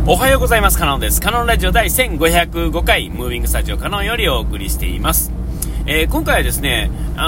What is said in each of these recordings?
おはようございます。カノンです。カノンラジオ第1505回ムービングスタジオカノンよりお送りしています。今回はですね、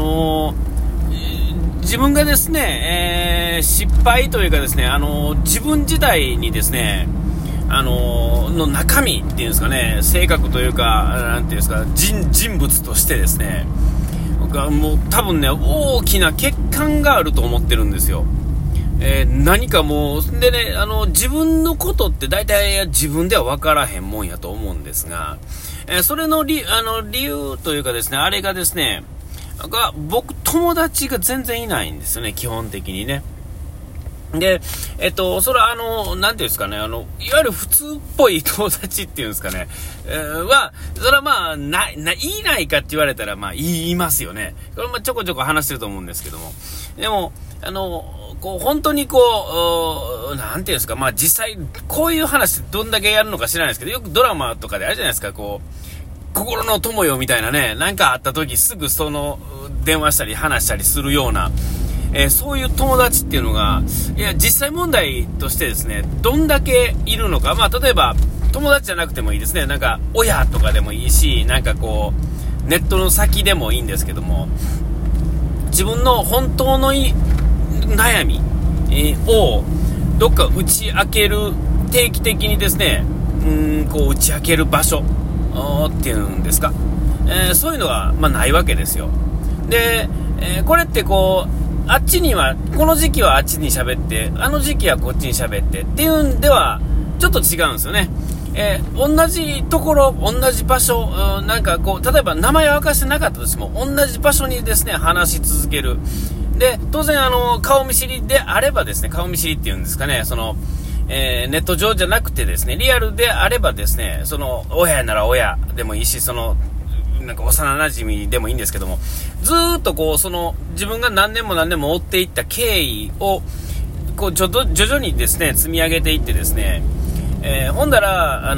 自分がですね、失敗というかですね、自分自体にですね、の中身っていうんですかね、性格というか、なんていうんですか、人物としてですね、僕はもう多分ね、大きな欠陥があると思ってるんですよ。何かもうでね、自分のことって大体自分では分からへんもんやと思うんですが、それの理由というかですね、あれがですね、僕友達が全然いないんですよね、基本的にね。で、それはなんていうんですかね、いわゆる普通っぽい友達っていうんですかね、それはまあ、いないかって言われたら、まあ、言いますよね。これもちょこちょこ話してると思うんですけども。でも、こう、本当にこう、なんていうんですか、まあ実際、こういう話どんだけやるのか知らないですけど、よくドラマとかであるじゃないですか、こう、心の友よみたいなね、なんかあった時すぐ電話したり話したりするような、そういう友達っていうのが、いや、実際問題としてですね、どんだけいるのか、まあ例えば、友達じゃなくてもいいですね、なんか、親とかでもいいし、なんかこう、ネットの先でもいいんですけども、自分の本当の悩み、をどっか打ち明ける、定期的にですね、こう打ち明ける場所っていうんですか、そういうのは、まあ、ないわけですよ。で、これってこうあっちにはこの時期はあっちに喋って、あの時期はこっちに喋ってっていうんではちょっと違うんですよね。同じところ、同じ場所、なんかこう例えば名前を明かしてなかったとしても同じ場所にですね話し続ける。で、当然顔見知りであればですね、顔見知りっていうんですかね、ネット上じゃなくてですね、リアルであればですね、親なら親でもいいし、なんか幼馴染でもいいんですけども、ずーっとこう、自分が何年も何年も追っていった経緯を、こう、徐々にですね、積み上げていってですね、ほんだら、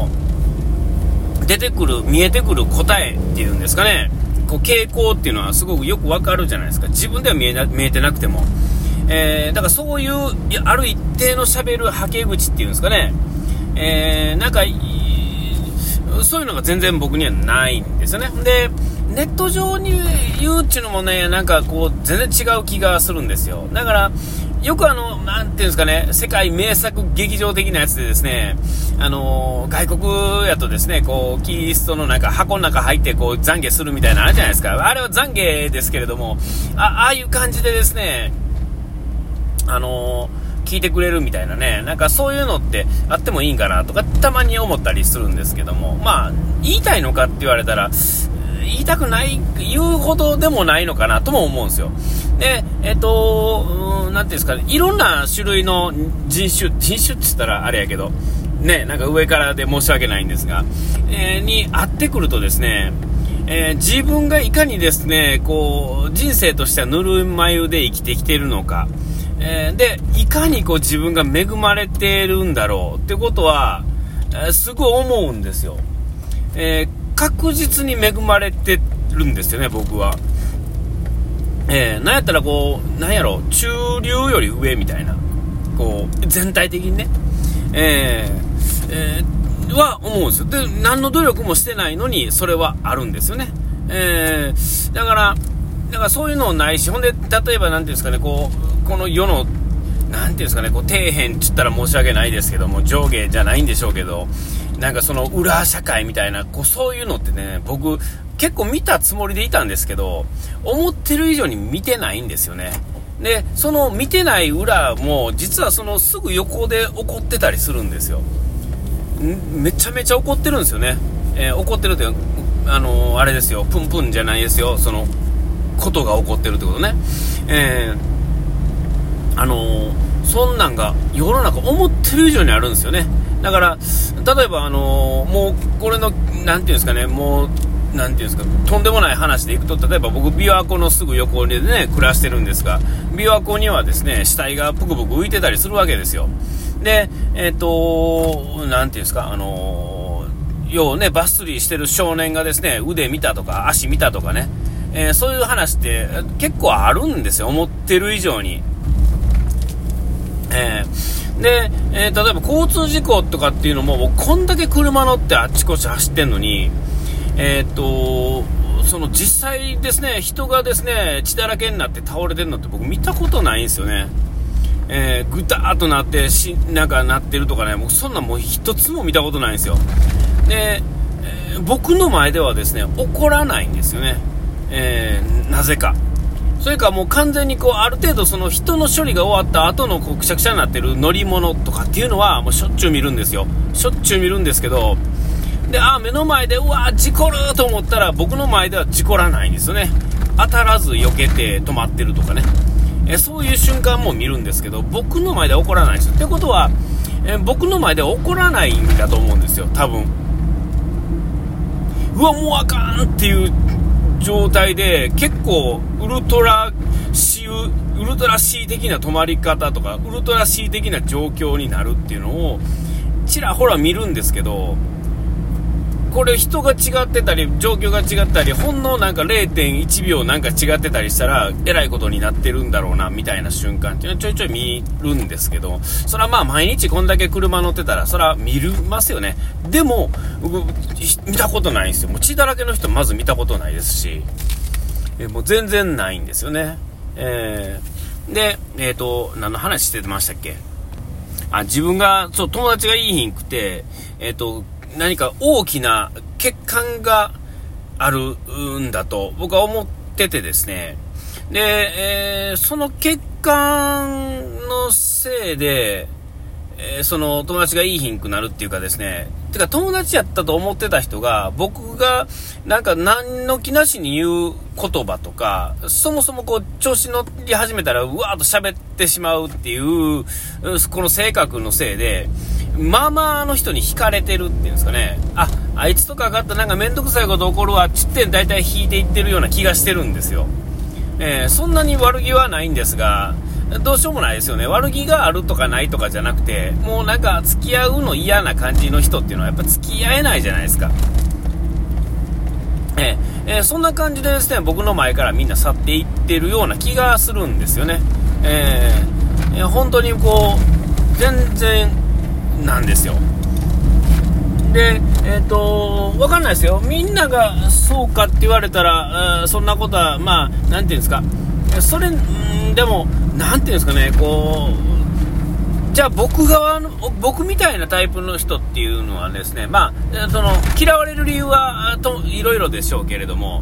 見えてくる答えっていうんですかね、こう傾向っていうのはすごくよくわかるじゃないですか。自分では見えてなくても、だからそういうある一定の喋るはけ口っていうんですかね、なんかそういうのが全然僕にはないんですよね。で、ネット上に言うっていうのもね、なんかこう全然違う気がするんですよ。だからよくなんていうんですかね、世界名作劇場的なやつでですね、外国やとですね、こうキリストのなんか箱の中入ってこう懺悔するみたいなのあるじゃないですか。あれは懺悔ですけれども、ああいう感じでですね、聞いてくれるみたいなね、なんかそういうのってあってもいいんかなとかたまに思ったりするんですけども、まあ言いたいのかって言われたら言いたくない、言うほどでもないのかなとも思うんですよ。で、なんていうんですかね、いろんな種類の人種って言ったらあれやけどね、なんか上からで申し訳ないんですが、に会ってくるとですね、自分がいかにですね、こう人生としてはぬるま湯で生きてきているのか、でいかにこう自分が恵まれているんだろうってことは、すごい思うんですよ。確実に恵まれてるんですよね、僕は。なんやったらこう、なんやろ、中流より上みたいな、こう全体的にね、は思うんですよ。で、何の努力もしてないのにそれはあるんですよね。だからそういうのないし、ほんで例えばなんていうんですかね、この世のなんていうんですかね、こう底辺って言ったら申し訳ないですけども、上下じゃないんでしょうけど、なんかその裏社会みたいな、こうそういうのってね、僕結構見たつもりでいたんですけど、思ってる以上に見てないんですよね。で、その見てない裏も実はそのすぐ横で起こってたりするんですよ。めちゃめちゃ怒ってるんですよね。怒ってるってあれですよ、プンプンじゃないですよ、そのことが起こってるってことね。そんなんが世の中思ってる以上にあるんですよね。だから例えばもうこれのなんていうんですかね、もうなんていうんですか、とんでもない話でいくと、例えば僕琵琶湖のすぐ横でね暮らしてるんですが、琵琶湖にはですね死体がぷくぷく浮いてたりするわけですよ。でなんていうんですか、要ねバス釣りしてる少年がですね腕見たとか足見たとかね、そういう話って結構あるんですよ、思ってる以上に。 で、例えば交通事故とかっていうのも、こんだけ車乗ってあっちこっち走ってんのに、その実際ですね、人がですね、血だらけになって倒れてるのって僕見たことないんですよね。ぐたーっとなってなんかなってるとかね、そんなもう一つも見たことないんですよ。で、僕の前ではですね、起こらないんですよね。なぜか。それかもう完全にある程度その人の処理が終わった後のくしゃくしゃになってる乗り物とかっていうのはもうしょっちゅう見るんですよ。しょっちゅう見るんですけど、で、目の前でうわ事故ると思ったら僕の前では事故らないんですよね。当たらず避けて止まってるとかね、そういう瞬間も見るんですけど、僕の前では起こらないんですよ。ってことは、僕の前では起こらないんだと思うんですよ、多分。うわもうあかんっていう状態で結構ウルトラ C 的な止まり方とかウルトラ C 的な状況になるっていうのをちらほら見るんですけど、これ人が違ってたり状況が違ったりほんのなんか 0.1 秒なんか違ってたりしたらえらいことになってるんだろうなみたいな瞬間っていうのはちょいちょい見るんですけど、それはまあ毎日こんだけ車乗ってたらそれは見ますよね。でも見たことないんですよ。もう血だらけの人まず見たことないですし、もう全然ないんですよね。で何の話してましたっけ。自分が友達がいいひんくて何か大きな欠陥があるんだと僕は思っててですね。で、その欠陥のせいで、その友達がいいひんくなるっていうかですね、てか友達やったと思ってた人が僕がなんか何の気なしに言う言葉とか、そもそも調子乗り始めたらうわーっと喋ってしまうっていうこの性格のせいでまあまあの人に惹かれてるっていうんですかね。あいつとかがあったなんかめんどくさいこと起こるわちって大体引いていってるような気がしてるんですよ。そんなに悪気はないんですがどうしようもないですよね。悪気があるとかないとかじゃなくて、もうなんか付き合うの嫌な感じの人っていうのはやっぱ付き合えないじゃないですか。そんな感じでですね、僕の前からみんな去っていってるような気がするんですよね。本当に全然なんですよ。で、わかんないですよ。みんながそうかって言われたら、そんなことは、まあ、なんていうんですか。でも、なんていうんですかね、じゃあ僕みたいなタイプの人っていうのはですね、まあ、嫌われる理由はいろいろでしょうけれども、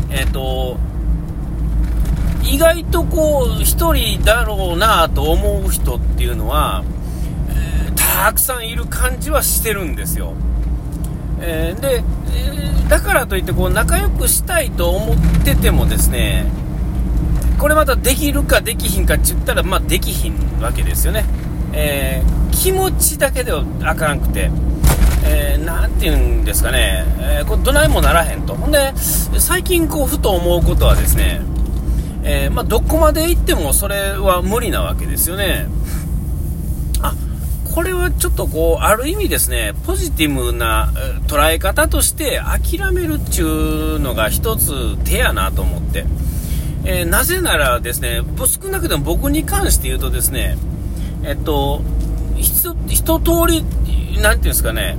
意外と一人だろうなと思う人っていうのは、たくさんいる感じはしてるんですよ。で、だからといって仲良くしたいと思っててもですね、これまたできるかできひんかって言ったら、まあできひんわけですよね。気持ちだけではあかんくて、なんていうんですかね、どないもならへんと。ほんで最近ふと思うことはですね、まあどこまで行ってもそれは無理なわけですよね。これはちょっとある意味ですね、ポジティブな捉え方として諦めるっていうのが一つ手やなと思って、なぜならですね、少なくとも僕に関して言うとですね、一通りなんていうんですかね、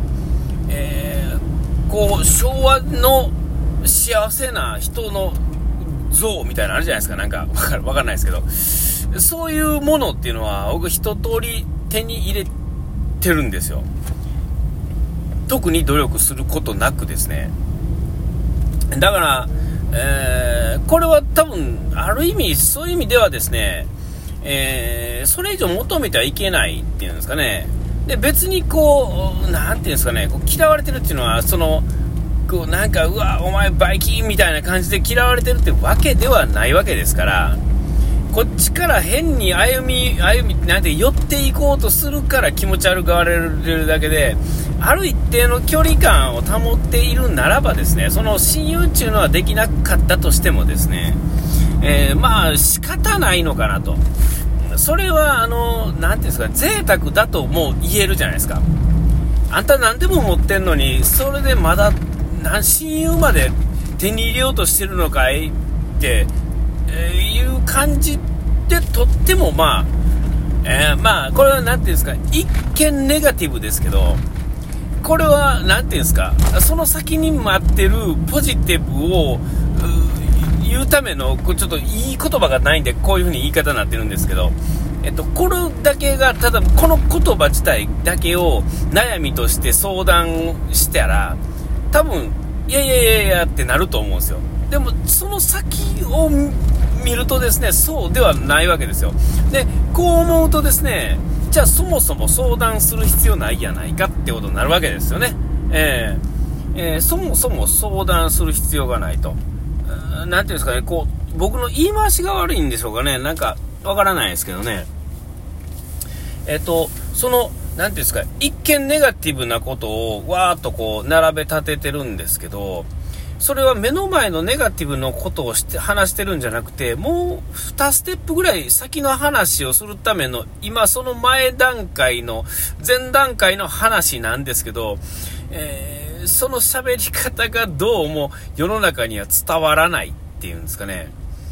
昭和の幸せな人の像みたいなのあるじゃないですか。なんかわかんないですけど、そういうものっていうのは僕一通り手に入れてるんですよ。特に努力することなくですね。だから、これは多分ある意味そういう意味ではですね、それ以上求めてはいけないっていうんですかね。で別になんていうんですかね、嫌われてるっていうのはなんかうわお前バイキンみたいな感じで嫌われてるってわけではないわけですから、こっちから変に歩みなんて寄っていこうとするから気持ち悪がられるだけで、ある一定の距離感を保っているならばですね、その親友っていうのはできなかったとしてもですね、まあ仕方ないのかなと。それはなんていうんですか、贅沢だともう言えるじゃないですか。あんた何でも持ってんのにそれでまだ親友まで手に入れようとしてるのかいっていう感じでとってもまあまあこれはなんていうんですか、一見ネガティブですけど、これはなんていうんですか、その先に待ってるポジティブを言うためのちょっといい言葉がないんでこういう風に言い方になってるんですけど、これだけがただこの言葉自体だけを悩みとして相談したら多分いやってなると思うんですよ。でもその先を見るとですね、そうではないわけですよ。でこう思うとですね、じゃあそもそも相談する必要ないやないかってことになるわけですよね。そもそも相談する必要がないと、なんていうんですかね、こう僕の言い回しが悪いんでしょうかね、なんかわからないですけどね。そのなんていうんですか、一見ネガティブなことをわーっとこう並べ立ててるんですけど、それは目の前のネガティブのことを話してるんじゃなくて、もう2ステップぐらい先の話をするための今その前段階の前段階の話なんですけど、その喋り方がどうも世の中には伝わらないっていうんですかね。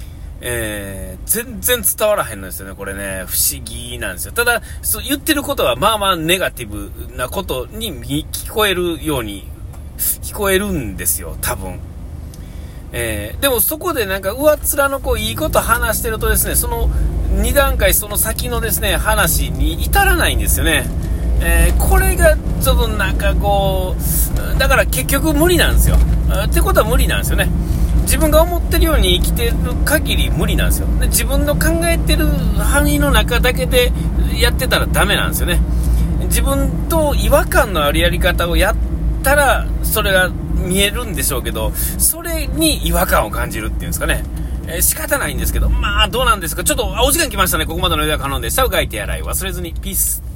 全然伝わらへんのですよね、これね。不思議なんですよ。ただ言ってることはまあまあネガティブなことに聞こえるように聞こえるんですよ、多分。でもそこでなんか上っ面のこういいこと話してるとですね、その2段階その先のですね話に至らないんですよね。これがちょっとなんかこうだから結局無理なんですよ。ってことは無理なんですよね。自分が思ってるように生きてる限り無理なんですよ。で自分の考えてる範囲の中だけでやってたらダメなんですよね。自分と違和感のあるやり方をやったらそれが見えるんでしょうけど、それに違和感を感じるっていうんですかね。仕方ないんですけど、まあどうなんですか。ちょっとお時間来ましたね。ここまでの間は可能でした。うがい手洗い忘れずに。ピース。